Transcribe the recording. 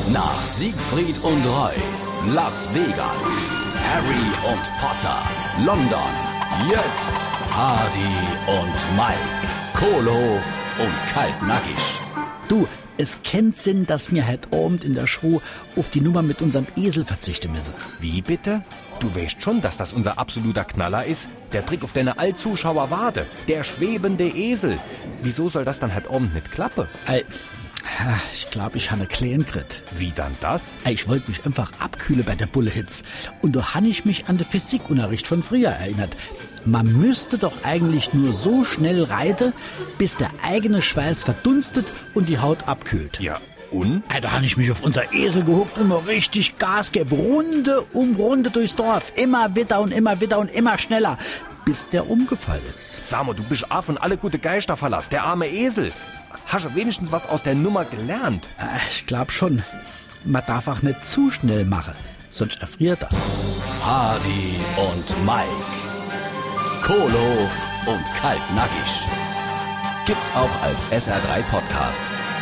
Nach Siegfried und Roy, Las Vegas, Harry und Potter, London, jetzt Hardy und Mike, Kohlhof und Kaltnackig. Du, es kennt Sinn, dass mir heute Abend in der Show auf die Nummer mit unserem Esel verzichten müssen. Wie bitte? Du weißt schon, dass das unser absoluter Knaller ist? Der Trick auf deine Allzuschauer warte. Der schwebende Esel. Wieso soll das dann heute Abend nicht klappen? Ich glaube, ich habe eine Klären gekriegt. Wie dann das? Ich wollte mich einfach abkühlen bei der Bulle-Hitz. Und da habe ich mich an den Physikunterricht von früher erinnert. Man müsste doch eigentlich nur so schnell reiten, bis der eigene Schweiß verdunstet und die Haut abkühlt. Ja, und? Da habe ich mich auf unser Esel gehuckt und mal richtig Gas gegeben. Runde um Runde durchs Dorf. Immer wieder und immer schneller, bis der umgefallen ist. Samo, du bist A von alle gute Geister verlass. Der arme Esel. Hast du wenigstens was aus der Nummer gelernt? Ich glaube schon. Man darf auch nicht zu schnell machen, sonst erfriert er. Hardy und Mike, Kohlhof und Kaltnackig. Gibt's auch als SR3 Podcast.